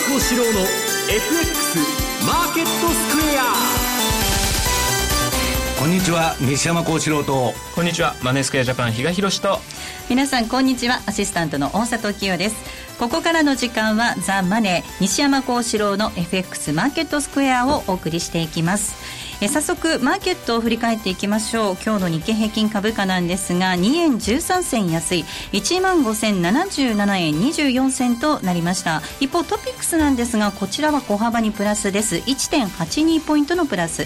幸四郎の FX マーケットスクエア。 こんにちは、西山幸四郎と。 こんにちは、マネースクエアジャパン比嘉宏と。 皆さんこんにちは、アシスタントの大里清です。ここからの時間はザ・マネー西山幸四郎の FX マーケットスクエアをお送りしていきます。早速マーケットを振り返っていきましょう。今日の日経平均株価なんですが2円13銭安い 15,077 円24銭となりました。一方トピックスなんですが、こちらは小幅にプラスです。 1.82 ポイントのプラス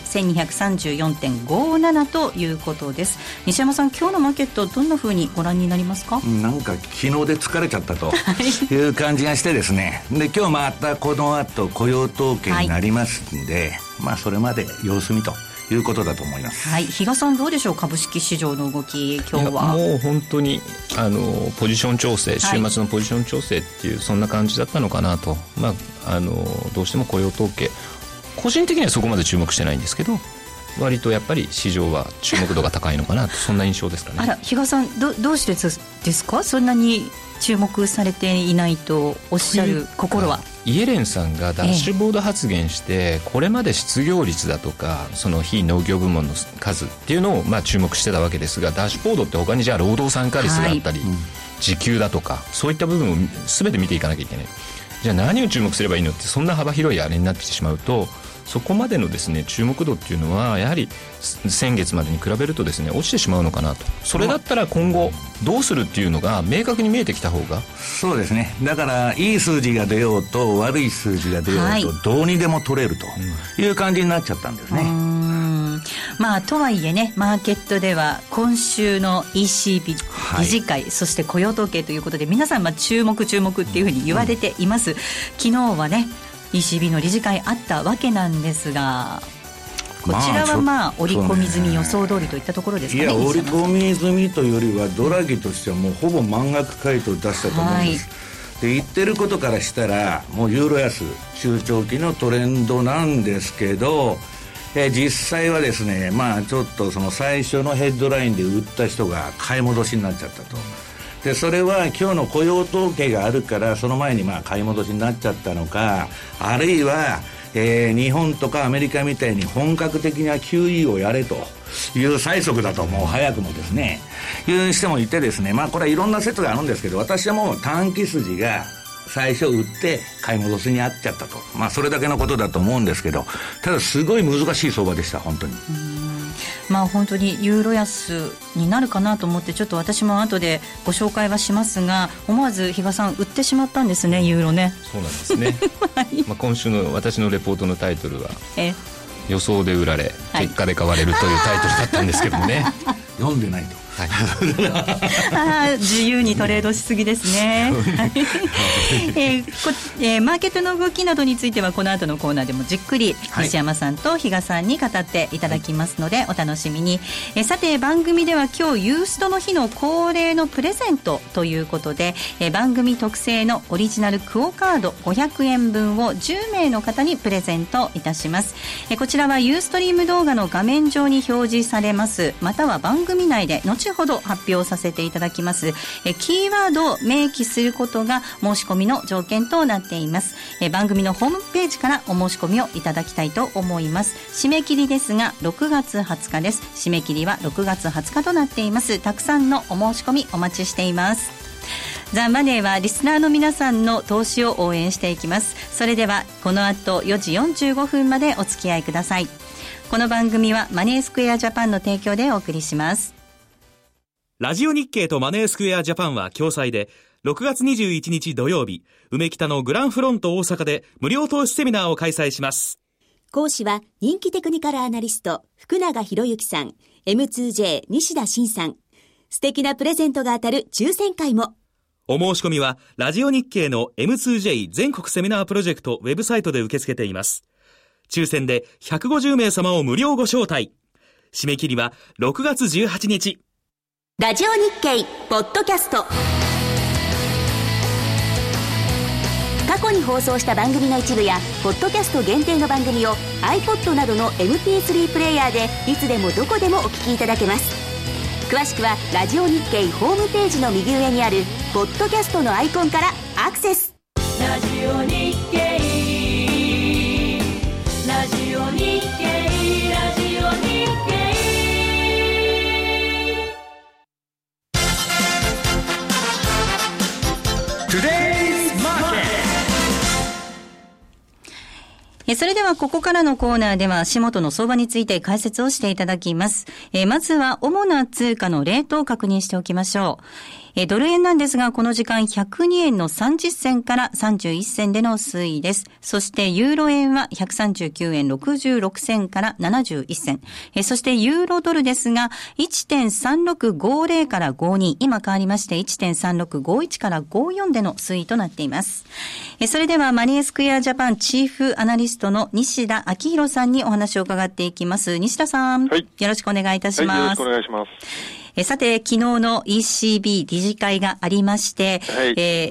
1234.57 ということです。西山さん、今日のマーケットどんな風にご覧になりますか？ なんか昨日で疲れちゃったという感じがしてですね。で、今日またこの後雇用統計になりますんで、それまで様子見ということだと思います。 はい、比嘉さんどうでしょう、株式市場の動き今日は。 もう本当にポジション調整、週末のポジション調整っていう、そんな感じだったのかなと。どうしても雇用統計、個人的にはそこまで注目してないんですけど、割とやっぱり市場は注目度が高いのかなとそんな印象ですかね。 あら、比嘉さん どうしてですか？そんなに注目されていないとおっしゃる心は。 イエレンさんがダッシュボード発言して、これまで失業率だとかその非農業部門の数っていうのを注目してたわけですが、ダッシュボードって他にじゃあ労働参加率があったり、時給だとかそういった部分を全て見ていかなきゃいけない。じゃあ何を注目すればいいのって、そんな幅広いあれになってきてしまうと、そこまでのですね注目度っていうのはやはり先月までに比べるとですね落ちてしまうのかなと。それだったら今後どうするっていうのが明確に見えてきた方が。 そうですね。だからいい数字が出ようと悪い数字が出ようと、どうにでも取れるという感じになっちゃったんですね。 とはいえね、マーケットでは今週の ECB 理事会、そして雇用統計ということで皆さん注目っていうふうに言われています。昨日はねECB の理事会あったわけなんですが、こちらは織り込み済み予想通りといったところですかね。 いや、織り込み済みというよりはドラギとしてはもうほぼ満額回答を出したと思うんです、で言ってることからしたらもうユーロ安中長期のトレンドなんですけど、実際はですねちょっとその最初のヘッドラインで売った人が買い戻しになっちゃったと。でそれは今日の雇用統計があるからその前に買い戻しになっちゃったのか、あるいは、日本とかアメリカみたいに本格的な QE をやれという催促だともう早くもですねいう人もいてですね、これはいろんな説があるんですけど、私はもう短期筋が最初売って買い戻しにあっちゃったと、それだけのことだと思うんですけど、ただすごい難しい相場でした本当に。 本当にユーロ安になるかなと思って、ちょっと私も後でご紹介はしますが、思わず比嘉さん売ってしまったんですね、ユーロね。 そうなんですね、今週の私のレポートのタイトルは予想で売られ結果で買われるというタイトルだったんですけどもね読んでないと自由にトレードしすぎですねマーケットの動きなどについてはこの後のコーナーでもじっくり西山さんと比嘉さんに語っていただきますのでお楽しみに。さて番組では今日ユーストの日の恒例のプレゼントということで、番組特製のオリジナルクオカード500円分を10名の方にプレゼントいたします。こちらはユーストリーム動画の画面上に表示されます、または番組内で後ほど発表させていただきます。キーワードを明記することが申し込みの条件となっています。番組のホームページからお申し込みをいただきたいと思います。締め切りですが6月20日です。締め切りは6月20日となっています。たくさんのお申し込みお待ちしています。ザ・マネーはリスナーの皆さんの投資を応援していきます。それではこの後4時45分までお付き合いください。この番組はマネースクエアジャパンの提供でお送りします。 ラジオ日経とマネースクエアジャパンは共催で、6月21日土曜日、梅北のグランフロント大阪で無料投資セミナーを開催します。 講師は人気テクニカルアナリスト福永博之さん、 M2J 西田慎さん。素敵なプレゼントが当たる抽選会も。 お申し込みはラジオ日経の M2J 全国セミナープロジェクトウェブサイトで受け付けています。抽選で150名様を無料ご招待。締め切りは6月18日。 ラジオ日経ポッドキャスト、過去に放送した番組の一部やポッドキャスト限定の番組を iPod などの MP3 プレイヤーでいつでもどこでもお聞きいただけます。詳しくはラジオ日経ホームページの右上にあるポッドキャストのアイコンからアクセス。ラジオ日経日経ラジオ日経。 それではここからのコーナーでは足元の相場について解説をしていただきます。まずは主な通貨のレートを確認しておきましょう。ドル円なんですがこの時間102円の30銭から31銭での推移です。そしてユーロ円は139円66銭から71銭。そしてユーロドルですが 1.3650 から52、今変わりまして 1.3651 から54での推移となっています。それではマネースクエアジャパンチーフアナリストの西田明宏さんにお話を伺っていきます。西田さん、はい、よろしくお願いいたします。 はい、よろしくお願いします。 さて、昨日の ECB 理事会がありまして、はい、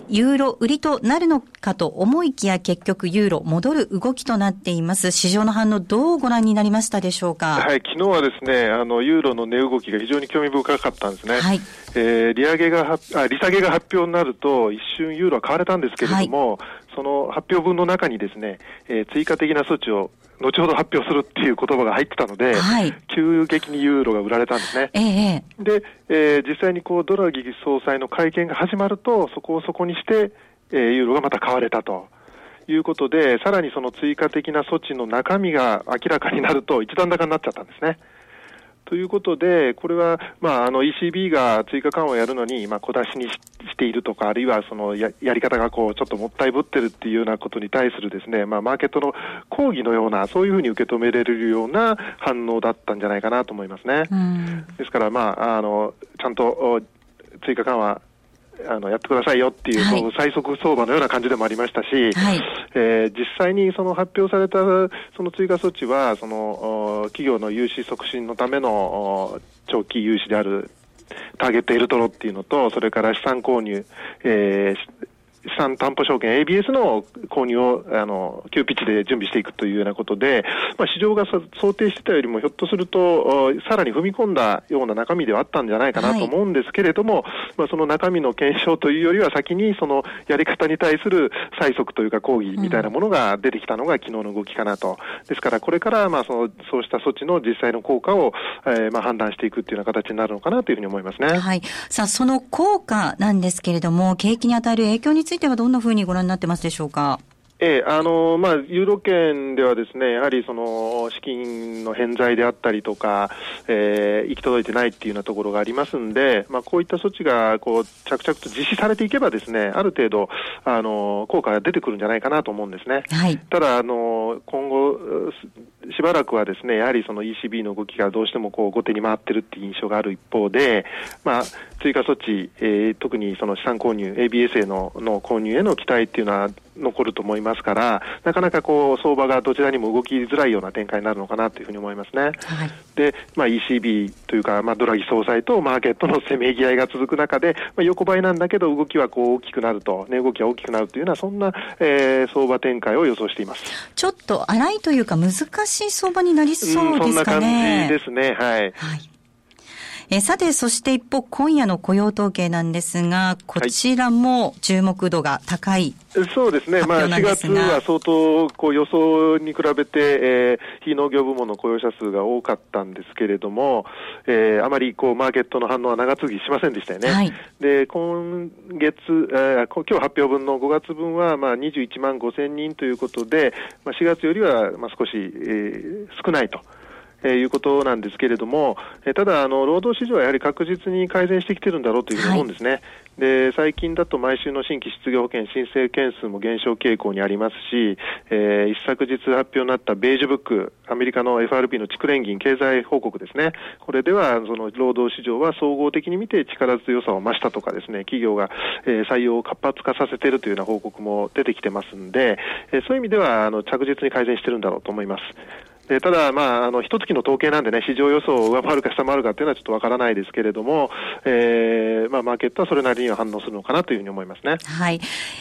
ユーロ売りとなるのかと思いきや結局ユーロ戻る動きとなっています。市場の反応どうご覧になりましたでしょうか。 はい、昨日はですね、ユーロの値動きが非常に興味深かったんですね。はい、利下げが発表になると一瞬ユーロは買われたんですけれども、はい、その発表文の中にですね、追加的な措置を後ほど発表するっていう言葉が入ってたので、はい、急激にユーロが売られたんですね。で、実際にドラギ総裁の会見が始まるとそこをそこにして、ユーロがまた買われたということで、さらにその追加的な措置の中身が明らかになると一段高になっちゃったんですね。ということで、これは、ECB が追加緩和をやるのに、小出しにしているとか、あるいはその やり方がちょっともったいぶってるっていうようなことに対するですね、マーケットの抗議のような、そういうふうに受け止められるような反応だったんじゃないかなと思いますね。ですから、ちゃんと追加緩和、やってくださいよっていう、はい、最速相場のような感じでもありましたし、はい、実際にその発表されたその追加措置はその企業の融資促進のための長期融資であるターゲットエルトロっていうのと、それから資産購入、資産担保証券 ABS の購入を急ピッチで準備していくというようなことで、市場が想定してたよりもひょっとするとさらに踏み込んだような中身ではあったんじゃないかなと思うんですけれども、はい、その中身の検証というよりは先にそのやり方に対する催促というか抗議みたいなものが出てきたのが昨日の動きかなと。ですからこれからそうした措置の実際の効果を、判断していくというような形になるのかなというふうに思いますね。 はい。さあその効果なんですけれども、景気に与える影響についてはどんなふうにご覧になってますでしょうか。 ユーロ圏ではですね、やはりその資金の偏在であったりとか、行き届いてないっていうようなところがありますんで、こういった措置が着々と実施されていけばですね、ある程度効果が出てくるんじゃないかなと思うんですね。はい、ただ今後しばらくはですね、やはりその ECB の動きがどうしても後手に回ってるっていう印象がある一方で、追加措置、特にその資産購入 ABS への購入への期待っていうのは残ると思いますから、なかなか相場がどちらにも動きづらいような展開になるのかなというふうに思いますね。はい、で、ECB というか、ドラギ総裁とマーケットのせめぎ合いが続く中で、横ばいなんだけど動きは大きくなると、値動きは大きくなるというような、そんな、相場展開を予想しています。 ちょっと荒いというか難しい相場になりそうですかね。 そんな感じですね。はい。はい。 さて、そして一方、今夜の雇用統計なんですが、こちらも注目度が高い発表なんですが、 そうですね。4月は相当予想に比べて、非農業部門の雇用者数が多かったんですけれども、あまりマーケットの反応は長続きしませんでしたよね。はい、で、今日発表分の5月分は21万5千人ということで、4月よりは少し、少ないと。いうことなんですけれども、ただ労働市場はやはり確実に改善してきてるんだろうというふうに思うんですね。はい、で、最近だと毎週の新規失業保険申請件数も減少傾向にありますし、一昨日発表になったベージュブック、アメリカの FRB の地区連銀経済報告ですね。これではその労働市場は総合的に見て力強さを増したとかですね、企業が、採用を活発化させているというような報告も出てきてますんで、そういう意味では着実に改善してるんだろうと思います。ただ、一月の統計なんでね、市場予想を上回るか下回るかっていうのはちょっとわからないですけれども、マーケットはそれなりには反応するのかなというふうに思いますね。 はい。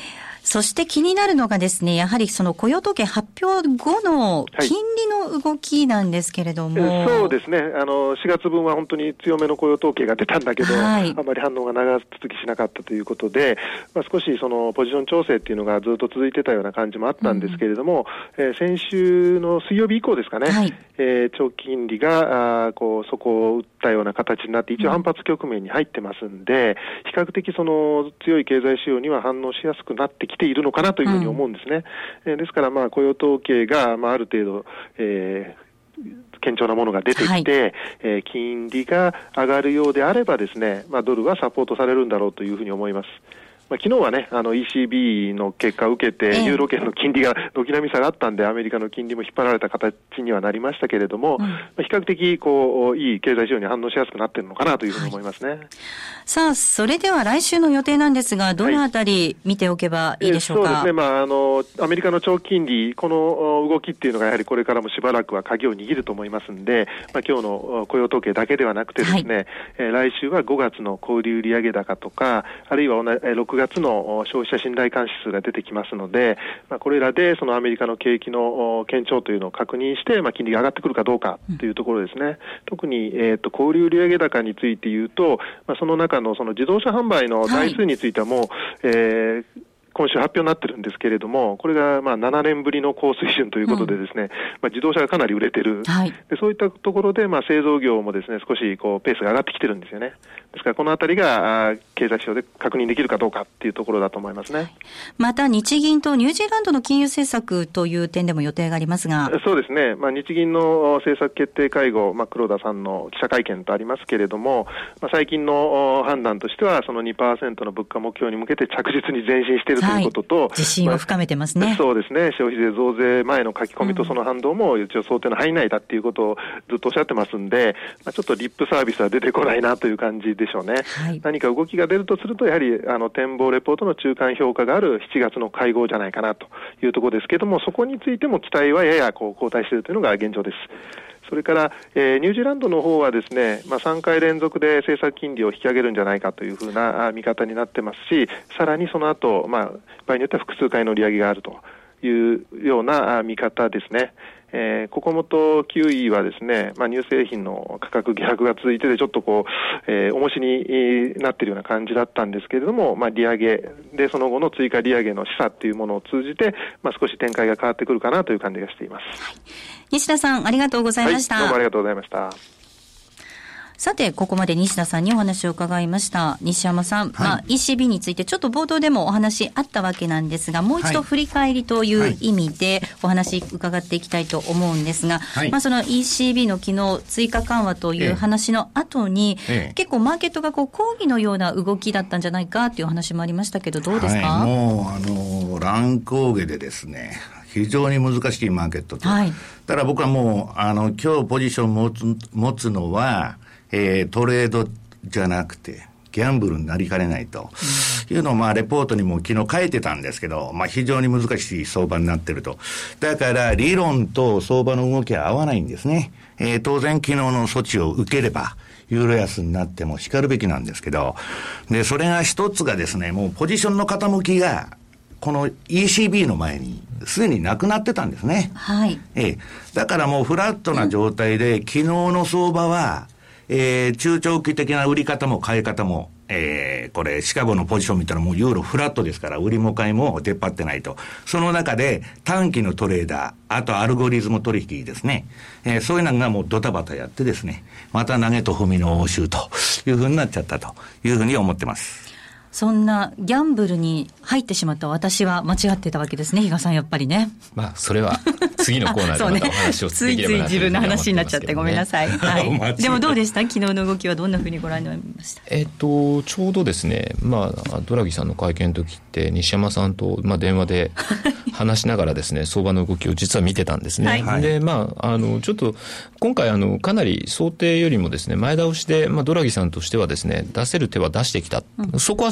そして気になるのがですね、やはりその雇用統計発表後の金利の動きなんですけれども、 そうですね、4月分は本当に強めの雇用統計が出たんだけど、あまり反応が長続きしなかったということで、少しそのポジション調整っていうのがずっと続いてたような感じもあったんですけれども、先週の水曜日以降ですかね、長期金利がそこを打ったような形になって、一応反発局面に入ってますんで、比較的その強い経済指標には反応しやすくなってきているのかなというふうに思うんですね。ですから雇用統計がある程度、堅調なものが出てきて、金利が上がるようであればですね、ドルはサポートされるんだろうというふうに思います。昨日はね、ECB の結果を受けて、ユーロ圏の金利が軒並み下がったんで、アメリカの金利も引っ張られた形にはなりましたけれども、比較的いい経済指標に反応しやすくなっているのかなというふうに思いますね。 さあ、それでは来週の予定なんですが、どのあたり見ておけばいいでしょうか。 そうですね、アメリカの長期金利、この動きっていうのがやはりこれからもしばらくは鍵を握ると思いますんで、今日の雇用統計だけではなくてですね、来週は5月の小売売上高とか、あるいは6月の消費者信頼感指数が出てきますので、これらでそのアメリカの景気の堅調というのを確認して、金利が上がってくるかどうかというところですね。特に、小売売上高について言うと、その中のその自動車販売の台数についてはもう、今週発表になってるんですけれども、これが7年ぶりの高水準ということでですね、自動車がかなり売れてる、でそういったところで製造業もですね少しペースが上がってきてるんですよね。ですからこのあたりが経済指標で確認できるかどうかっていうところだと思いますね。 また日銀とニュージーランドの金融政策という点でも予定がありますが、 そうですね、日銀の政策決定会合、黒田さんの記者会見とありますけれども、最近の判断としてはその 2% の物価目標に向けて着実に前進しているということと、 自信を深めてますね。 そうですね、消費税増税前の書き込みとその反動も一応想定の範囲内だっていうことをずっとおっしゃってますんで、ちょっとリップサービスは出てこないなという感じでしょうね。何か動きが出るとすると、やはり展望レポートの中間評価がある7月の会合じゃないかなというところですけれども、そこについても期待はやや後退しているというのが現状です。それから、ニュージーランドの方はですね、3回連続で政策金利を引き上げるんじゃないかというふうな見方になってますし、さらにその後、場合によっては複数回の利上げがあるというような見方ですね。ここもとキウイはですね、乳製品の価格下落が続いててちょっと重しになっているような感じだったんですけれども、利上げでその後の追加利上げの示唆っていうものを通じて、少し展開が変わってくるかなという感じがしています。 西田さん、ありがとうございました。 どうもありがとうございました。 さて、ここまで西田さんにお話を伺いました。西山さん、ECB についてちょっと冒頭でもお話あったわけなんですが、もう一度振り返りという意味でお話伺っていきたいと思うんですが、その ECB の昨日追加緩和という話の後に、結構マーケットが抗議のような動きだったんじゃないかという話もありましたけど、どうですか？ もう乱高下でですね、非常に難しいマーケットと。だから僕はもう今日ポジション持つのはトレードじゃなくてギャンブルになりかねないというのをレポートにも昨日書いてたんですけど、非常に難しい相場になってると。だから理論と相場の動きは合わないんですね。当然昨日の措置を受ければユーロ安になっても叱るべきなんですけど、でそれが一つがですね、もうポジションの傾きがこの ECB の前にすでになくなってたんですね。だからもうフラットな状態で、昨日の相場は中長期的な売り方も買い方も、これシカゴのポジション見たらもうユーロフラットですから、売りも買いも出っ張ってないと。その中で短期のトレーダー、あとアルゴリズム取引ですね、そういうのがもうドタバタやってですね、また投げと踏みの応酬というふうになっちゃったというふうに思ってます。 そんなギャンブルに入ってしまった私は間違ってたわけですね、比嘉さん、やっぱりね。 それは次のコーナーでまたお話を続ければなとついつい自分の話になっちゃってごめんなさい。でもどうでした？昨日の動きはどんなふうにご覧になりました？ ちょうどですね、ドラギさんの会見の時って西山さんと電話で話しながらですね相場の動きを実は見てたんですね。でちょっと今回かなり想定よりもですね前倒しで、ドラギさんとしてはですね出せる手は出してきた、そこは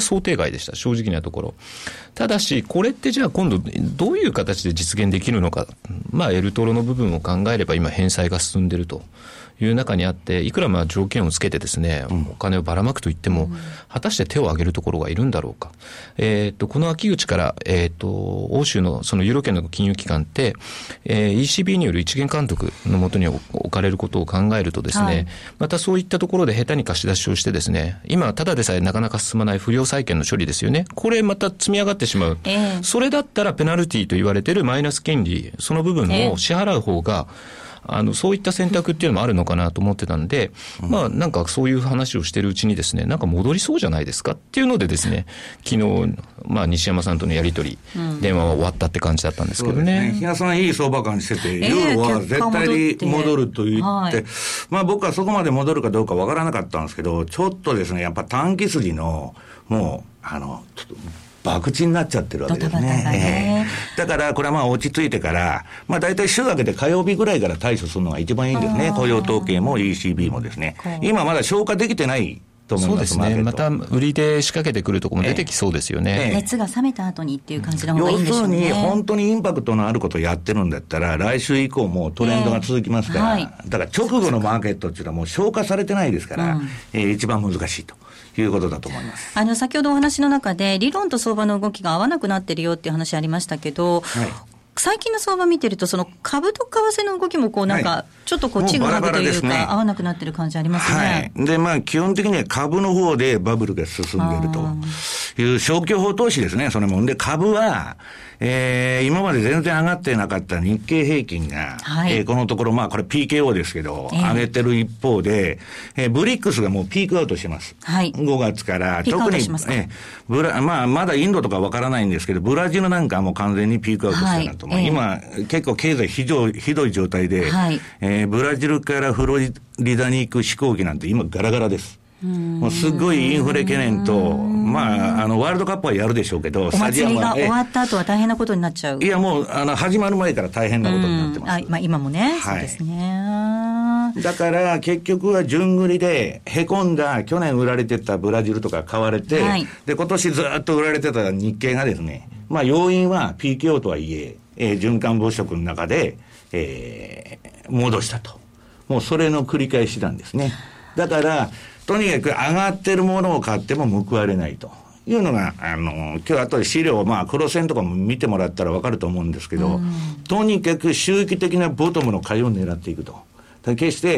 想定外でした、正直なところ。ただしこれってじゃあ今度どういう形で実現できるのか、エルトロの部分を考えれば今返済が進んでいるという中にあって、いくら条件をつけてですね、お金をばらまくといっても、果たして手を挙げるところがいるんだろうか。この秋口から、欧州のそのユーロ圏の金融機関って、ECB による一元監督のもとに置かれることを考えるとですね、またそういったところで下手に貸し出しをしてですね、今ただでさえなかなか進まない不良債権の処理ですよね。これまた積み上がってしまう。それだったらペナルティと言われているマイナス金利、その部分を支払う方が、そういった選択っていうのもあるのかなと思ってたんで、なんかそういう話をしてるうちにですね、なんか戻りそうじゃないですかっていうのでですね、昨日、西山さんとのやり取り、電話は終わったって感じだったんですけどね。 比嘉さんいい相場感してて、ユーロは絶対に戻ると言って、僕はそこまで戻るかどうかわからなかったんですけど、ちょっとですね、やっぱ短期筋の、もう、ちょっと、博打になっちゃってるわけですね。だからこれは落ち着いてから、だいたい週明けて火曜日ぐらいから対処するのが一番いいんですね。雇用統計も ECB もですね。今まだ消化できてないと思います。 そうですね。また売りで仕掛けてくるところも出てきそうですよね。 熱が冷めた後にっていう感じの方がいいんでしょうね。 要するに本当にインパクトのあることをやってるんだったら、来週以降もトレンドが続きますから、だから直後のマーケットっていうのはもう消化されてないですから、一番難しいということだと思います。 先ほどお話の中で理論と相場の動きが合わなくなってるよっていう話ありましたけど、最近の相場見てると、その株と為替の動きもなんか、ちょっとちぐはぐというか、合わなくなってる感じありますね。 で、基本的には株の方でバブルが進んでいるという消去法投資ですね、それも。で、株は、今まで全然上がってなかった日経平均が、このところ、これ PKO ですけど、上げてる一方で、ブリックスがもうピークアウトしてます。5月から、特に、まだインドとかわからないんですけど、ブラジルなんかはもう完全にピークアウトしたなと。今、結構経済ひどい状態で、ブラジルからフロリダに行く飛行機なんて今ガラガラです。もうすごいインフレ懸念と、ワールドカップはやるでしょうけど、 お祭りが終わった後は大変なことになっちゃう。 いや、もう、始まる前から大変なことになってます。 今もね、そうですね。 だから、結局は順繰りで、凹んだ、去年売られてたブラジルとか買われて、で、今年ずっと売られてた日経がですね、要因は PKO とはいえ、循環物色の中で、戻したと。もうそれの繰り返しなんですね。だから、とにかく上がってるものを買っても報われないというのが、今日後で資料を黒線とかも見てもらったらわかると思うんですけど、とにかく周期的なボトムの買いを狙っていくと。決して、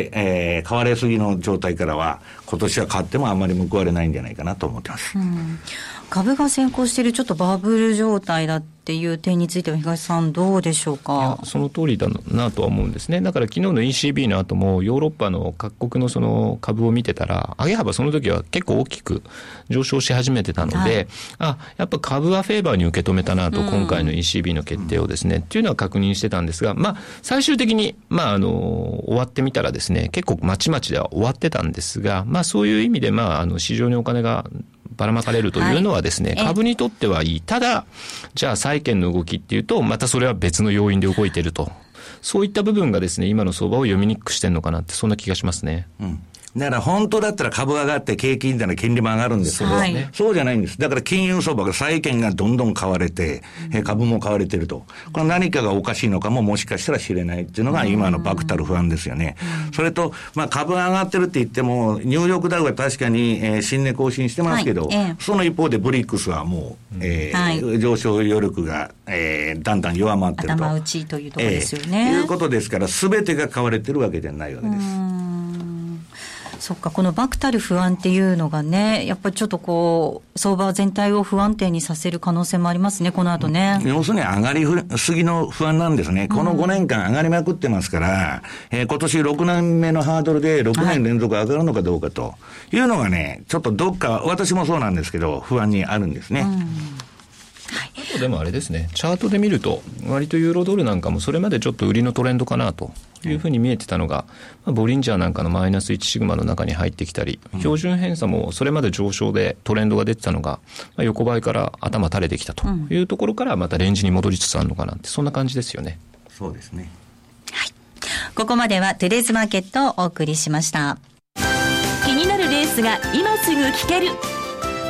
買われすぎの状態からは、今年は買ってもあんまり報われないんじゃないかなと思ってます。 株が先行しているちょっとバブル状態だっていう点については東さんどうでしょうか。 いや、その通りだなとは思うんですね。だから昨日の ECB の後もヨーロッパの各国のその株を見てたら、上げ幅その時は結構大きく上昇し始めてたので、やっぱ株はフェーバーに受け止めたなと、今回の ECB の決定をですね、っていうのは確認してたんですが、最終的に終わってみたらですね、結構まちまちでは終わってたんですが、そういう意味で市場にお金がばらまかれるというのはですね、株にとってはいい。ただ、じゃあ債券の動きっていうと、またそれは別の要因で動いていると。そういった部分がですね、今の相場を読みにくくしてるのかなって、そんな気がしますね。 だから本当だったら株上がって景気いいんだら金利も上がるんですけど、そうじゃないんです。だから金融相場が債券がどんどん買われて、株も買われてると。これ何かがおかしいのかももしかしたら知れないっていうのが今の漠たる不安ですよね。それと、株が上がってるって言っても、ニューヨークダウは確かに、新値更新してますけど、その一方でブリックスはもう、上昇余力が、だんだん弱まってると。 頭打ちというところですよね。 いうことですから、すべてが買われてるわけじゃないわけです。 そっか、この漠たる不安っていうのがね、やっぱりちょっと相場全体を不安定にさせる可能性もありますね、この後ね。 要するに上がりすぎの不安なんですね。この5年間上がりまくってますから、今年6年目のハードルで6年連続上がるのかどうかというのがね、ちょっとどっか、私もそうなんですけど、不安にあるんですね。 あとでもあれですね、チャートで見ると割とユーロドルなんかもそれまでちょっと売りのトレンドかなというふうに見えてたのが、ボリンジャーなんかのマイナス1シグマの中に入ってきたり、標準偏差もそれまで上昇でトレンドが出てたのが、横ばいから頭垂れてきたというところからまたレンジに戻りつつあるのかなって、そんな感じですよね。 そうですね。 はい。ここまではトゥデイズマーケットをお送りしました。 気になるレースが今すぐ聞ける。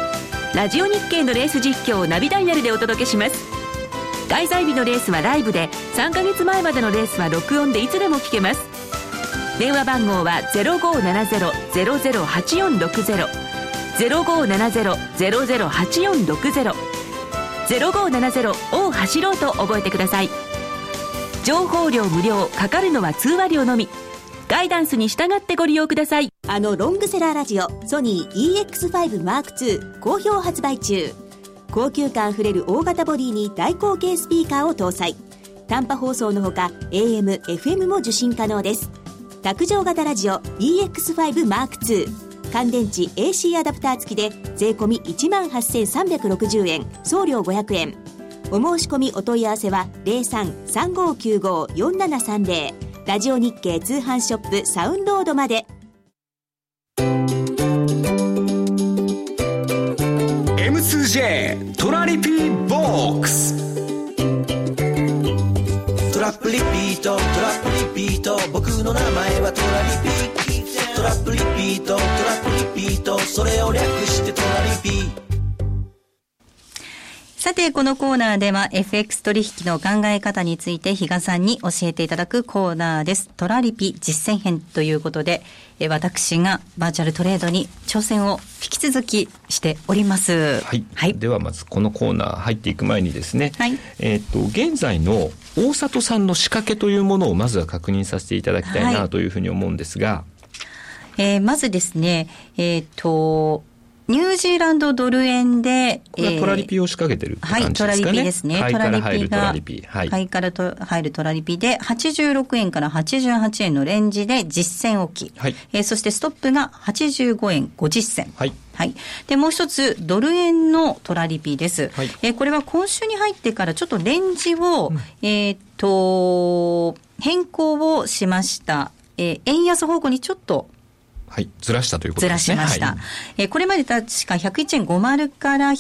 ラジオ日経のレース実況をナビダイヤルでお届けします。開催日のレースはライブで、3ヶ月前までのレースは録音でいつでも聞けます。電話番号は 0570-008460 0570-008460 0570を走ろうと覚えてください。情報料無料、かかるのは通話料のみ。ガイダンスに従ってご利用ください。 ロングセラーラジオソニー EX5 M2 好評発売中。高級感あふれる大型ボディに大口径スピーカーを搭載。短波放送のほか AM、FM も受信可能です。卓上型ラジオ EX5 M2 乾電池 AC アダプター付きで税込 18,360 円、送料500円。お申し込みお問い合わせは 03-3595-4730 ラジオ日経通販ショップサウンロードまで。 M2J トラリピーボックス。トラップリピート、トラップリピート、僕の名前はトラリピ。トラップリピート、トラップリピート、それを略してトラリピ。 さて、このコーナーでは FX 取引の考え方について比嘉さんに教えていただくコーナーです。トラリピ実践編ということで、私がバーチャルトレードに挑戦を引き続きしております。 はい。はい、ではまずこのコーナー入っていく前にですね、はい、現在の大里さんの仕掛けというものをまずは確認させていただきたいなというふうに思うんですが、 まずですね、ニュージーランドドル円で、 これはトラリピを仕掛けてるって感じですかね。 はい、トラリピですね。 買いから入るトラリピ。 はい。買いから入るトラリピで、86円から88円のレンジで実践置き。はい。そしてストップが85円50銭。はい。はい。で、もう一つ、ドル円のトラリピです。はい。これは今週に入ってからちょっとレンジを、変更をしました。円安方向にちょっと、 はい、ずらしたということですね。 ずらしました。はい、これまで確か101円50から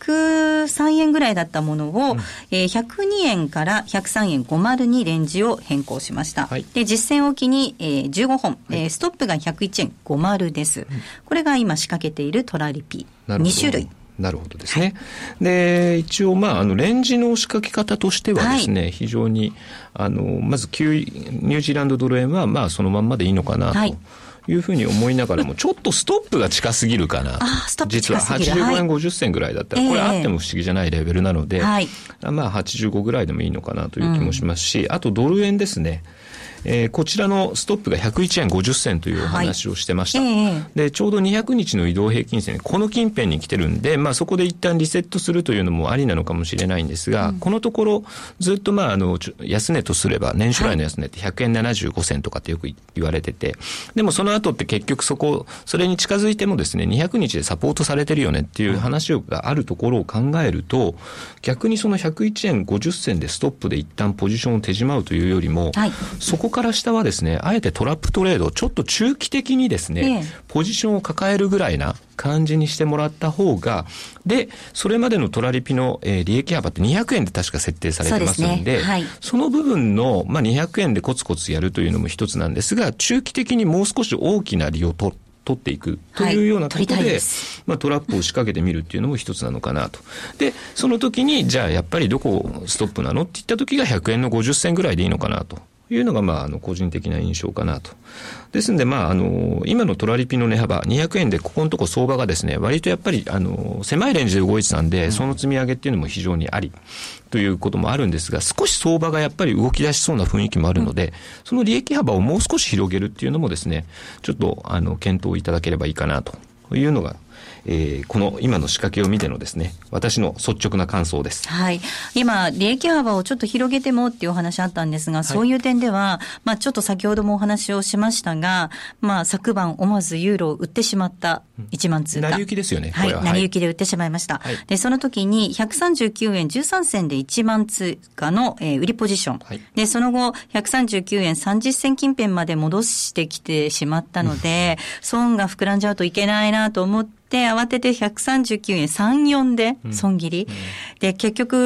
103円ぐらいだったものを、102円から103円50にレンジを変更しました。はい、で、実践置きに、15本、はい、ストップが101円50です。これが今仕掛けているトラリピ。2種類。 なるほどですね。はい、で、一応、レンジの仕掛け方としてはですね、はい、非常に、まずニュージーランドドル円は、そのまんまでいいのかなと。はいいうふうに思いながらも、ちょっとストップが近すぎるかなと。実は85円50銭ぐらいだったら、これあっても不思議じゃないレベルなので、85ぐらいでもいいのかなという気もしますし、あとドル円ですね。こちらのストップが101円50銭というお話をしてました。で、ちょうど200日の移動平均線、この近辺に来てるんで、そこで一旦リセットするというのもありなのかもしれないんですが、このところずっと安値とすれば、年初来の安値って100円75銭とかってよく言われてて、でもその後って結局それに近づいてもですね、200日でサポートされてるよねっていう話があるところを考えると、逆にその101円50銭でストップで一旦ポジションを手締まうというよりも、そこから下はですね、あえてトラップトレード、ちょっと中期的にですね、ポジションを抱えるぐらいな感じにしてもらった方が、で、それまでのトラリピの、利益幅って200円で確か設定されてますんで、その部分の、200円でコツコツやるというのも一つなんですが、中期的にもう少し大きな利を取っていくというようなことで、トラップを仕掛けてみるっていうのも一つなのかなと。で、その時に、じゃあやっぱりどこストップなのって言った時が100円の50銭ぐらいでいいのかなと。いうのが、個人的な印象かなと。ですんで、今のトラリピの値幅、200円でここのとこ相場がですね、割とやっぱり、狭いレンジで動いてたんで、その積み上げっていうのも非常にあり、ということもあるんですが、少し相場がやっぱり動き出しそうな雰囲気もあるので、その利益幅をもう少し広げるっていうのもですね、ちょっと、検討いただければいいかなというのが、この今の仕掛けを見てのですね、私の率直な感想です。 はい。今、利益幅をちょっと広げてもっていうお話あったんですが、そういう点では、ちょっと先ほどもお話をしましたが、昨晩思わずユーロを売ってしまった1万通貨。 成り行きですよね。 はい。成り行きで売ってしまいました。はい、で、その時に139円13銭で1万通貨の、売りポジション。はい、で、その後、139円30銭近辺まで戻してきてしまったので、損が膨らんじゃうといけないなと思って、慌てて139円34で損切り、で結局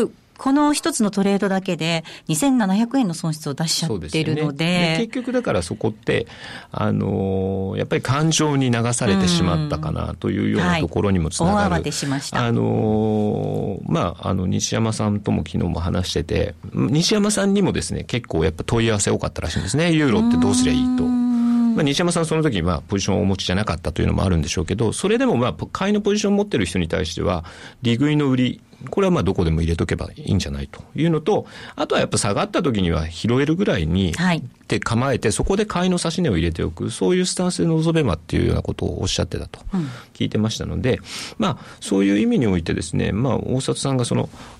この一つのトレードだけで2700円の損失を出しちゃっているの で結局だからそこってやっぱり感情に流されてしまったかなというようなところにもつながる、 大慌てしました。 西山さんとも昨日も話してて、西山さんにもですね結構やっぱ問い合わせ多かったらしいんですね。ユーロってどうすりゃいいと。西山さんその時ポジションをお持ちじゃなかったというのもあるんでしょうけど、それでも買いのポジションを持ってる人に対しては利食いの売り、これはどこでも入れとけばいいんじゃないというのと、あとはやっぱ下がった時には拾えるぐらいにって構えて、そこで買いの指値を入れておく、そういうスタンスで臨めばっていうようなことをおっしゃってたと聞いてましたので、そういう意味においてですね、大里さんが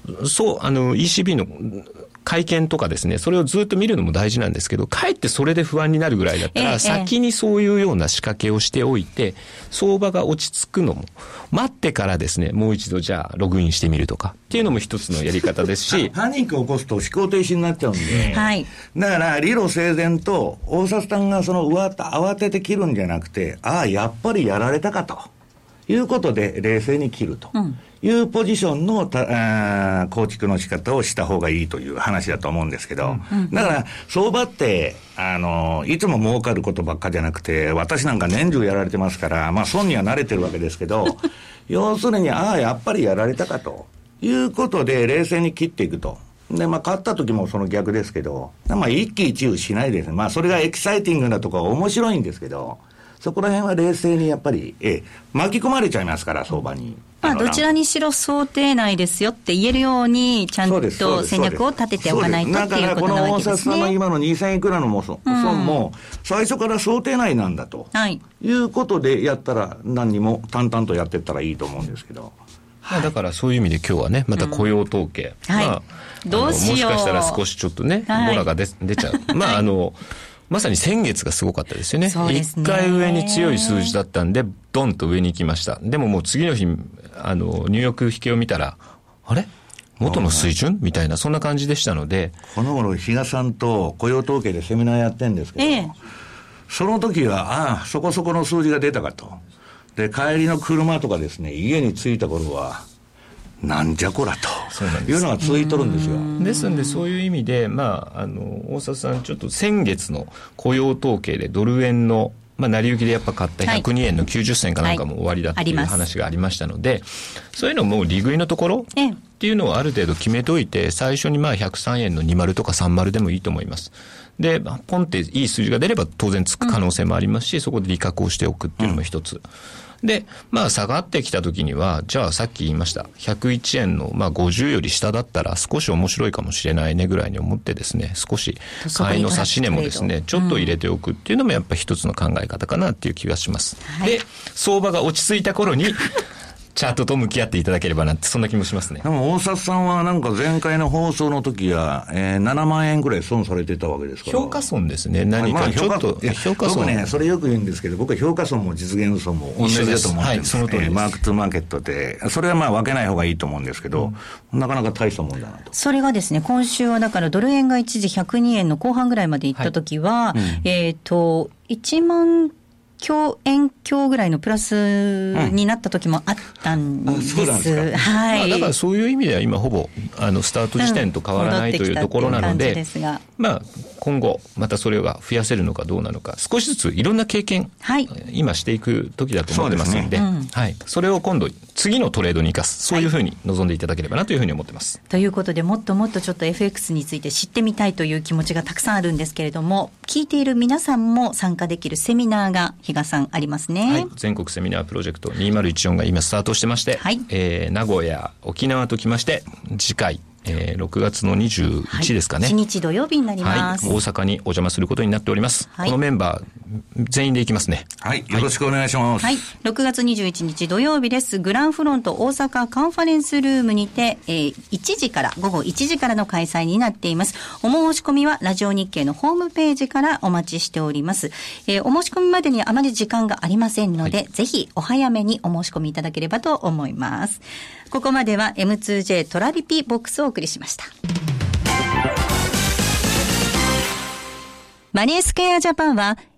ECB の会見とかですね、それをずっと見るのも大事なんですけど、かえってそれで不安になるぐらいだったら、先にそういうような仕掛けをしておいて、相場が落ち着くのも待ってからですね、もう一度じゃあログインしてみるとかっていうのも一つのやり方ですしパニックを起こすと思考停止になっちゃうんで、だから理路整然と大里さんが慌てて切るんじゃなくて、やっぱりやられたかということで冷静に切るというポジションの構築の仕方をした方がいいという話だと思うんですけど、だから相場っていつも儲かることばっかじゃなくて、私なんか年中やられてますから、損には慣れてるわけですけど要するにやっぱりやられたかということで冷静に切っていくと。で勝った時もその逆ですけど、一喜一憂しないですね。それがエキサイティングなところは面白いんですけど、そこら辺は冷静にやっぱり、巻き込まれちゃいますから相場に。 どちらにしろ想定内ですよって言えるようにちゃんと戦略を立てておかないとっていうことなわけですね。だからこの大里さんの今の2000いくらの損も最初から想定内なんだと、いうことでやったら何にも淡々とやっていったらいいと思うんですけど、 だからそういう意味で今日はねまた雇用統計、 どうしよう、 もしかしたら少しちょっとね、ボラが出ちゃうまさに先月がすごかったですよね。一回上に強い数字だったんでドンと上に行きました。でももう次の日ニューヨーク引けを見たらあれ元の水準みたいな、そんな感じでしたので、 この頃比嘉さんと雇用統計でセミナーやってるんですけど、その時はそこそこの数字が出たかと。で帰りの車とかですね、家に着いた頃はなんじゃこらというのが続いとるんですよ。 ですのでそういう意味で、大里さんちょっと先月の雇用統計でドル円の成り行きでやっぱ買った102円の90銭かなんかも終わりだっていう話がありましたので、そういうのも利食いのところっていうのをある程度決めといて、最初に103円の20とか30でもいいと思います。でポンっていい数字が出れば当然つく可能性もありますし、そこで利確をしておくっていうのも一つ、で下がってきた時には、じゃあさっき言いました101円の50より下だったら少し面白いかもしれないねぐらいに思ってですね、少し買いの指し値もですねちょっと入れておくっていうのもやっぱり一つの考え方かなっていう気がします、で相場が落ち着いた頃にチャートと向き合っていただければなって、そんな気もしますね。 でも大里さんはなんか前回の放送の時は、7万円ぐらい損されてたわけですから。 評価損ですね。何かちょっと、 評価損ね、それよく言うんですけど、僕は評価損も実現損も同じだと思ってます。 その通りです。 マークトゥマーケットで、それは分けない方がいいと思うんですけど、なかなか大したもんだなと。 それがですね、今週はだからドル円が一時102円の後半ぐらいまでいった時は、1万円強ぐらいのプラスになった時もあったんです。 だからそういう意味では今ほぼスタート時点と変わらないというところなので、今後またそれが増やせるのかどうなのか、少しずついろんな経験、今していく時だと思ってますので、それを今度次のトレードに生かす、そういうふうに臨んでいただければなというふうに思ってます。 ということで、もっともっとちょっと FX について知ってみたいという気持ちがたくさんあるんですけれども、聞いている皆さんも参加できるセミナーが比嘉さんありますね。 全国セミナープロジェクト2014が今スタートしてまして、名古屋、沖縄ときまして、次回6月の21ですかね、 日にち土曜日になります、 大阪にお邪魔することになっております、このメンバー全員で行きますね。 よろしくお願いします。 6月21日土曜日です。グランフロント大阪カンファレンスルームにて、午後1時からの開催になっています。お申し込みはラジオ日経のホームページからお待ちしております。お申し込みまでにあまり時間がありませんので、ぜひお早めにお申し込みいただければと思います。ここまでは M2J トラリピボックスをお送りしました。マネースクエアジャパンは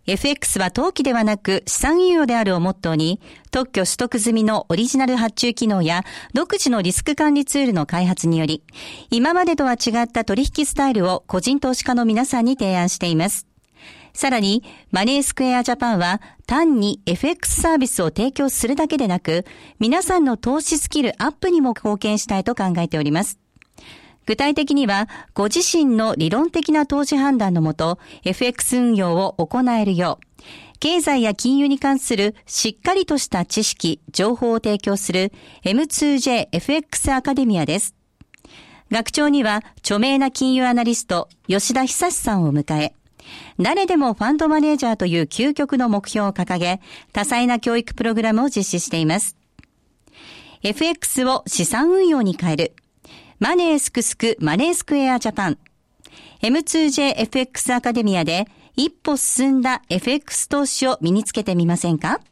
FX は投機ではなく資産運用であるをモットーに、特許取得済みのオリジナル発注機能や独自のリスク管理ツールの開発により、今までとは違った取引スタイルを個人投資家の皆さんに提案しています。さらに、マネースクエアジャパンは単に FX サービスを提供するだけでなく、皆さんの投資スキルアップにも貢献したいと考えております。具体的には、ご自身の理論的な投資判断のもと、FX 運用を行えるよう、経済や金融に関するしっかりとした知識、情報を提供する M2JFX アカデミアです。学長には、著名な金融アナリスト、吉田久さんを迎え、誰でもファンドマネージャーという究極の目標を掲げ、多彩な教育プログラムを実施しています。FX を資産運用に変える。マネースクスクマネースクエアジャパン M2JFX アカデミアで一歩進んだ FX 投資を身につけてみませんか？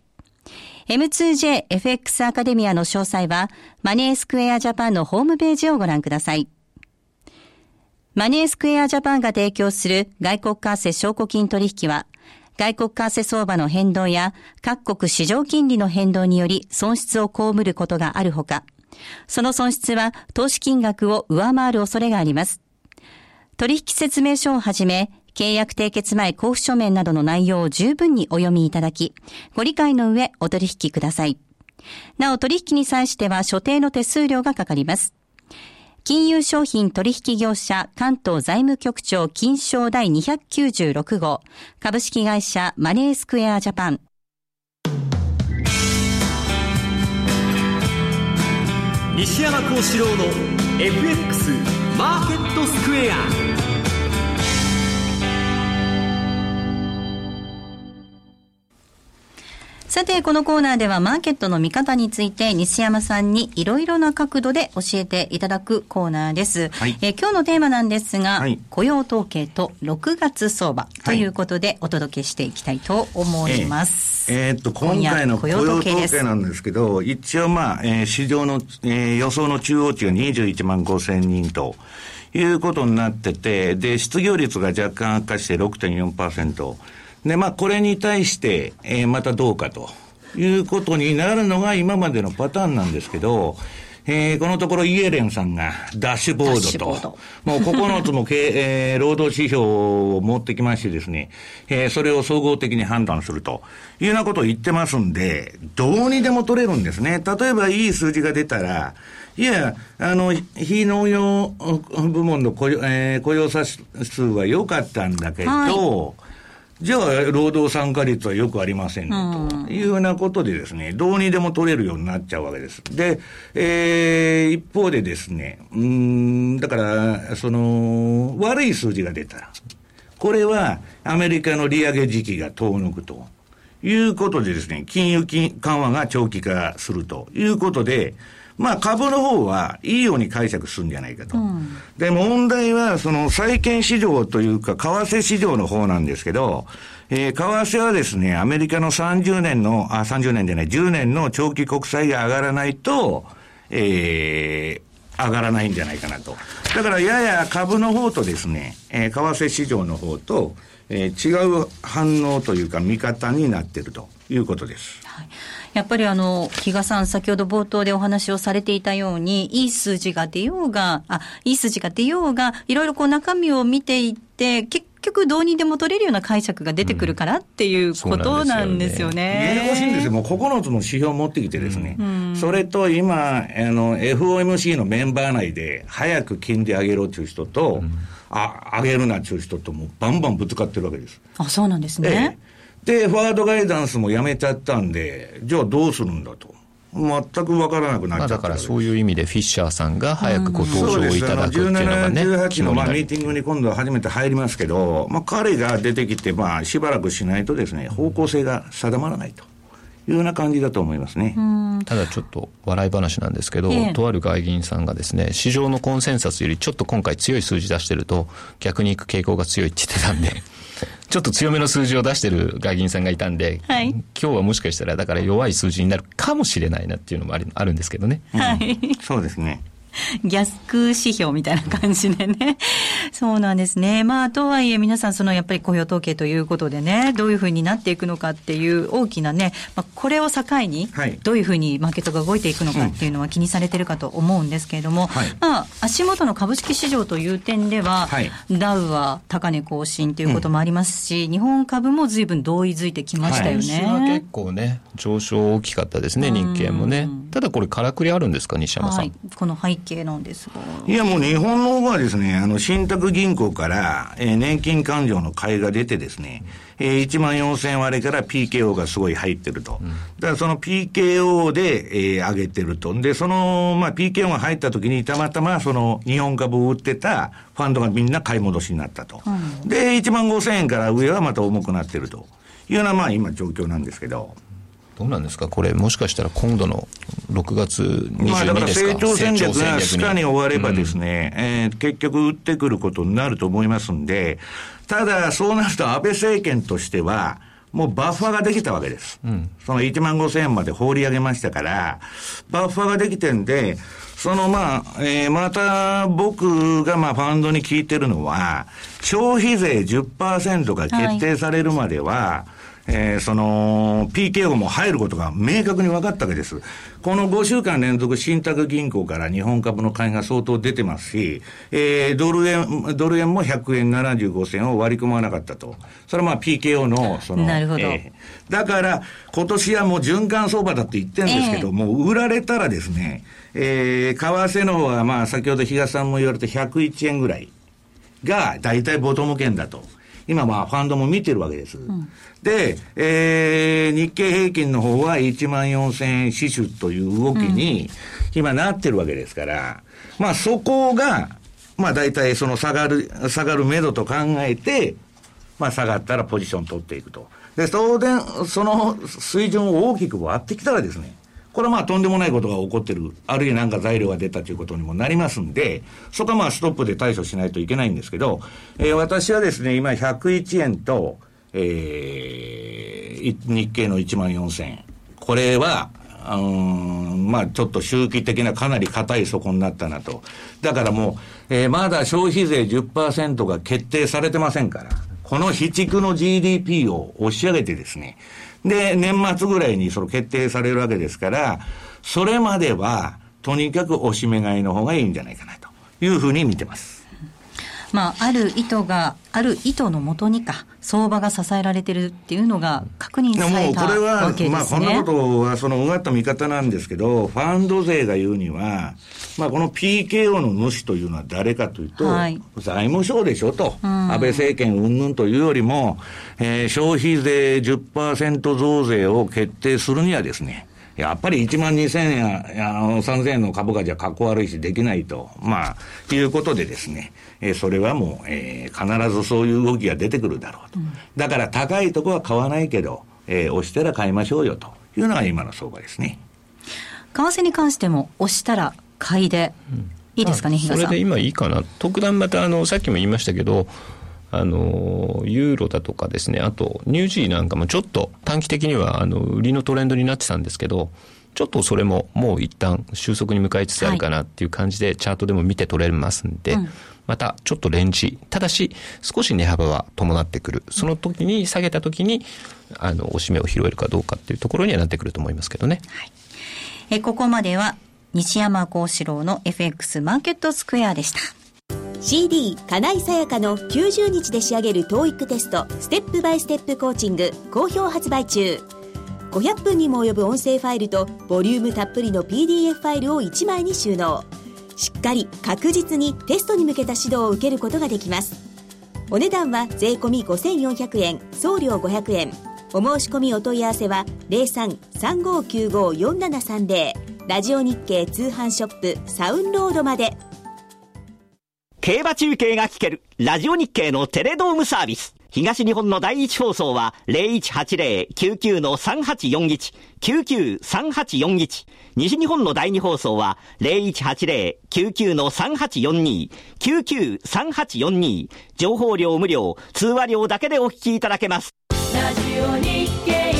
M2JFX アカデミアの詳細はマネースクエアジャパンのホームページをご覧ください。マネースクエアジャパンが提供する外国為替証拠金取引は外国為替相場の変動や各国市場金利の変動により損失を被ることがあるほか、その損失は投資金額を上回る恐れがあります。取引説明書をはじめ、契約締結前交付書面などの内容を十分にお読みいただき、ご理解の上お取引ください。なお取引に際しては所定の手数料がかかります。金融商品取引業者関東財務局長金商第296号株式会社マネースクエアジャパン。 西山幸四郎の FX マーケットスクエア。 さて、このコーナーではマーケットの見方について西山さんにいろいろな角度で教えていただくコーナーです。はい、今日のテーマなんですが、はい、雇用統計と6月相場ということでお届けしていきたいと思います。 今回の雇用統計なんですけど、一応市場の、予想の中央値が21万5000人ということになってて、で、失業率が若干悪化して 6.4%。で、これに対して、またどうかということになるのが今までのパターンなんですけど、このところイエレンさんがダッシュボードと、もう9つも労働指標を持ってきましてですね、それを総合的に判断するというようなことを言ってますんで、どうにでも取れるんですね。例えばいい数字が出たら、いや、非農業部門の雇用者数は良かったんだけど、はい、じゃあ、労働参加率はよくありませんね、というようなことでですね、どうにでも取れるようになっちゃうわけです。で、一方でですね、だから、悪い数字が出たら、これはアメリカの利上げ時期が遠のくということでですね、金融緩和が長期化するということで、株の方はいいように解釈するんじゃないかと。で、問題は債券市場というか、為替市場の方なんですけど、為替はですね、アメリカの10年の長期国債が上がらないと、上がらないんじゃないかなと。だからやや株の方とですね、為替市場の方と、違う反応というか見方になっているということです。 はい、やっぱり比嘉さん先ほど冒頭でお話をされていたように、いい数字が出ようがいろいろ中身を見ていって結局どうにでも取れるような解釈が出てくるからっていうことなんですよね。 ややこしいんですよ。もう9つの指標を持ってきてですね、それと今FOMC のメンバー内で早く金利上げろという人と、上げるなという人ともバンバンぶつかってるわけです。 あ、そうなんですね。 で、フォワードガイダンスもやめちゃったんで、じゃあどうするんだと。全く分からなくなっちゃった。 だからそういう意味でフィッシャーさんが早くご登場いただくっていうのがね、 17、18のミーティングに今度は初めて入りますけど、彼が出てきてしばらくしないとですね、方向性が定まらないというような感じだと思いますね。 ただちょっと笑い話なんですけど、とある外議員さんがですね、市場のコンセンサスよりちょっと今回強い数字出してると逆に行く傾向が強いって言ってたんでちょっと強めの数字を出してる外議員さんがいたんで、はい、今日はもしかしたらだから弱い数字になるかもしれないなっていうのもあるんですけどね。 そうですね。 逆指標みたいな感じでね。そうなんですね。まあ、とはいえ皆さんやっぱり雇用統計ということでね、どういうふうになっていくのかっていう大きなね、まあ、これを境に、どういうふうにマーケットが動いていくのかっていうのは気にされてるかと思うんですけれども、まあ、足元の株式市場という点では、ダウは高値更新ということもありますし、日本株も随分同意づいてきましたよね。 今週は結構ね、上昇大きかったですね、日経もね。ただこれからくりあるんですか、西山さん。 この背景なんですが。 いや、もう日本の方はですね、信託銀行から、年金勘定の買いが出てですね、1万4000割れから PKO がすごい入ってると。だからその PKO で、上げてると。で、まあ、PKO が入った時にたまたま日本株を売ってたファンドがみんな買い戻しになったと。で、1万5000円から上はまた重くなってるというような、まあ今状況なんですけど。 どうなんですかこれ、もしかしたら今度の6月22日ですか、 まあだから成長戦略がスカに終わればですね、結局売ってくることになると思いますんで、ただそうなると安倍政権としては、もうバッファーができたわけです。その1万5000円まで放り上げましたから、バッファーができてんで、まあ、また僕がまあファンドに聞いてるのは、消費税 10% が決定されるまでは、PKO も入ることが明確に分かったわけです。この5週間連続信託銀行から日本株の買いが相当出てますし、ドル円も100円75銭を割り込まなかったと。それはまあ PKO のなるほど。 だから今年はもう循環相場だって言ってるんですけど、もう売られたらですね、為替の方はまあ先ほど比嘉さんも言われた101円ぐらいが大体ボトム圏だと。今まあファンドも見てるわけです。で、日経平均の方は1万4000円死守という動きに今なってるわけですから、まあそこが、まあ大体下がる目処と考えて、まあ下がったらポジション取っていくと。で、当然、その水準を大きく割ってきたらですね、これはまあとんでもないことが起こってる、あるいはなんか材料が出たということにもなりますんで、そこはまあストップで対処しないといけないんですけど、私はですね、今101円と、日経の1万4000円。これは、まあちょっと周期的なかなり硬い底になったなと。だからもう、まだ消費税 10% が決定されてませんから、この非畜の GDP を押し上げてですね、で、年末ぐらいに決定されるわけですから、それまでは、とにかく押し目買いの方がいいんじゃないかなというふうに見てます。 まあ、ある意図のもとに相場が支えられているっていうのが確認されたわけですね。 まあ、こんなことはうがった見方なんですけど、ファンド勢が言うには、まあ、この PKO の主というのは誰かというと、財務省でしょと、安倍政権云々というよりも、消費税 10% 増税を決定するにはですね、やっぱり1万2000円や3000円の株価じゃ格好悪いしできないと、まあ、いうことでですね、それはもう、必ずそういう動きが出てくるだろうと。だから高いとこは買わないけど、押したら買いましょうよというのが今の相場ですね。 為替に関しても押したら買いで、いいですかね、比嘉さん。 それで今いいかな。特段またさっきも言いましたけど、ユーロだとかですね、あとニュージーなんかもちょっと短期的には売りのトレンドになってたんですけど、ちょっとそれももう一旦収束に向かいつつあるかなっていう感じで、チャートでも見て取れますんで、またちょっとレンジ、ただし少し値幅は伴ってくる、その時に下げた時に押し目を拾えるかどうかっていうところにはなってくると思いますけどね。 ここまでは西山幸四郎の FX マーケットスクエアでした。 CD 金井さやかの90日で仕上げる TOEIC テストステップバイステップコーチング好評発売中。500分にも及ぶ音声ファイルとボリュームたっぷりの PDF ファイルを1枚に収納。しっかり確実にテストに向けた指導を受けることができます。お値段は税込み5400円、送料500円。お申し込みお問い合わせは 03-3595-4730 ラジオ日経通販ショップサウンロードまで。 競馬中継が聞けるラジオ日経のテレドームサービス。東日本の第一放送は 0180-99-3841 99-3841。西日本の第二放送は 0180-99-3842 99-3842。情報量無料、通話料だけでお聞きいただけます。 ラジオ日経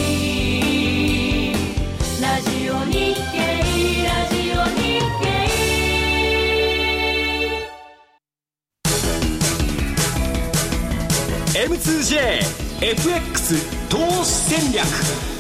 ラジオ日経ラジオ日経 FX 投資戦略。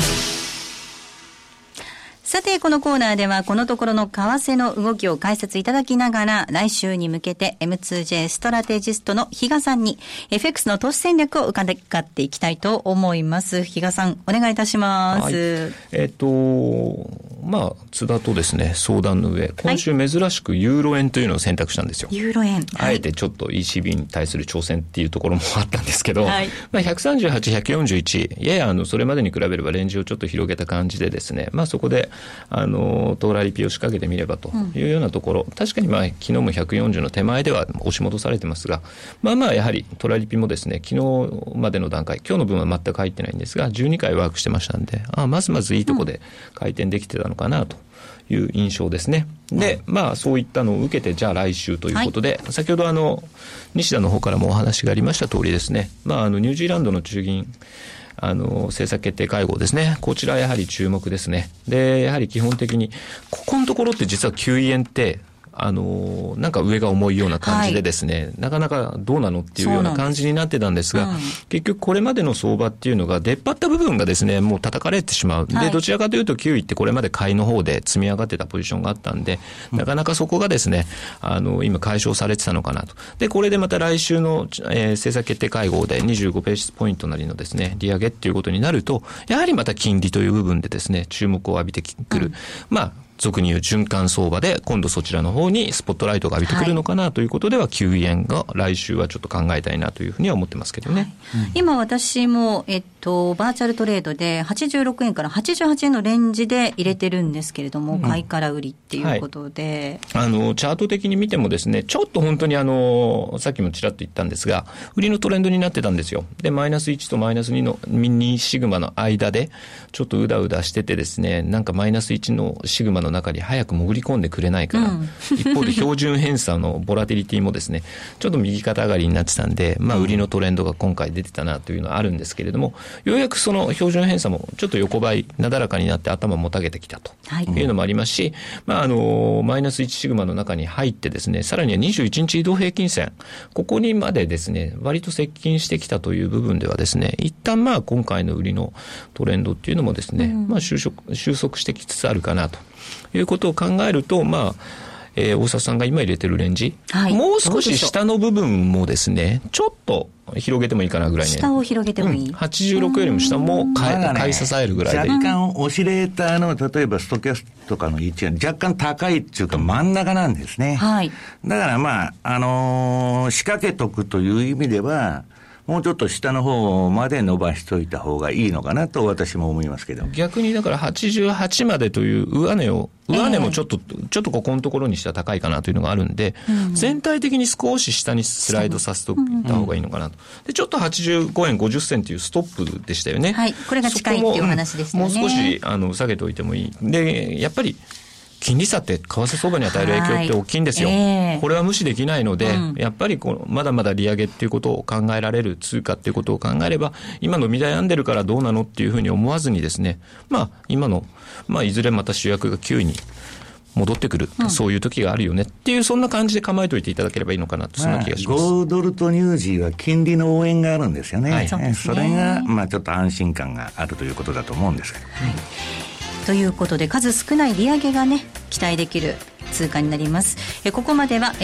さてこのコーナーではこのところの為替の動きを解説いただきながら、来週に向けて M2J ストラテジストの比嘉さんに FX の投資戦略を伺っていきたいと思います。比嘉さんお願いいたします。 はい、津田とですね相談の上、今週珍しくユーロ円というのを選択したんですよ。 ユーロ円、 あえてちょっと ECB に対する挑戦っていうところもあったんですけど、138、141、ややそれまでに比べればレンジをちょっと広げた感じでですね、そこでトーラリピを仕掛けてみればというようなところ、確かに昨日も140の手前では押し戻されてますが、やはりトーラリピもですね昨日までの段階、今日の分は全く入ってないんですが12回ワークしてましたんで、まずいいとこで回転できてたのかなという印象ですね。で、そういったのを受けて、じゃあ来週ということで、先ほど西田の方からもお話がありました通りですね、ニュージーランドの中銀政策決定会合ですね、こちらやはり注目ですね。で、やはり基本的にここのところって実は9円ってなんか上が重いような感じでですね、なかなかどうなのっていうような感じになってたんですが、結局これまでの相場っていうのが出っ張った部分がですねもう叩かれてしまう。で、どちらかというと9位ってこれまで買いの方で積み上がってたポジションがあったんで、なかなかそこがですね今解消されてたのかなと。で、これでまた来週の、政策決定会合で25ベースポイントなりのですね利上げっていうことになると、やはりまた金利という部分でですね注目を浴びてくる、俗に言う循環相場で今度そちらの方にスポットライトが浴びてくるのかなということでは、9円が来週はちょっと考えたいなというふうには思ってますけどね。 今私も、バーチャルトレードで86円から88円のレンジで入れてるんですけれども、買いから売りっていうことで、 チャート的に見てもですね、ちょっと本当にさっきもちらっと言ったんですが、売りのトレンドになってたんですよ。で、マイナス1とマイナス2のミニシグマの間でちょっとうだうだしててですね、なんかマイナス1のシグマの中に早く潜り込んでくれないから、一方で標準偏差のボラティリティもですねちょっと右肩上がりになってたんで、売りのトレンドが今回出てたなというのはあるんですけれども、ようやくその標準偏差もちょっと横ばいなだらかになって頭もたげてきたというのもありますし、マイナス1シグマの中に入ってですね、さらには21日移動平均線、ここにまでですね割と接近してきたという部分ではですね、一旦今回の売りのトレンドっていうのもですね、収束してきつつあるかなということを考えると、大沢さんが今入れてるレンジ、もう少し下の部分もですねちょっと広げてもいいかなぐらいね。 下を広げてもいい、 86よりも下も買い支えるぐらいで、 若干オシレーターの例えばストキャストとかの位置が若干高いっていうか真ん中なんですね。だから仕掛けとくという意味ではもうちょっと下の方まで伸ばしといた方がいいのかなと私も思いますけど、 逆にだから88までという上値もちょっとここのところにしては高いかなというのがあるんで、全体的に少し下にスライドさせておいた方がいいのかなと。で、ちょっと85円50銭というストップでしたよね。 これが近いっていう話でしたよね。 もう少し下げておいてもいい。で、やっぱり金利差って為替相場に与える影響って大きいんですよ。これは無視できないので、やっぱりまだまだ利上げっていうことを考えられる通貨っていうことを考えれば、今の見悩んでるからどうなのっていうふうに思わずにですね、今のいずれまた主役が9位に戻ってくる、そういう時があるよねっていう、そんな感じで構えておいていただければいいのかなと、そんな気がします。 5ドルとニュージーは金利の応援があるんですよね。それがちょっと安心感があるということだと思うんですけど、 ということで数少ない利上げがね期待できる通貨になります。ここまでは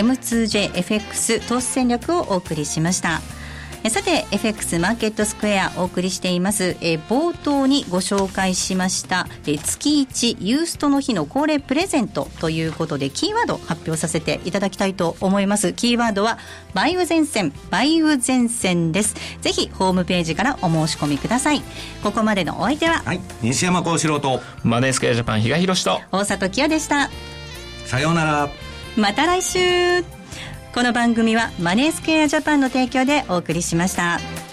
M2JFX 投資戦略をお送りしました。さて FX マーケットスクエアお送りしています。冒頭にご紹介しました月1ユーストの日の恒例プレゼントということで、キーワード発表させていただきたいと思います。キーワードはバイウ前線です。ぜひホームページからお申し込みください。ここまでのお相手は、 西山幸四郎とマネースクエアジャパン比嘉宏と大里清でした。 さようなら。 また来週。この番組はマネースクエアジャパンの提供でお送りしました。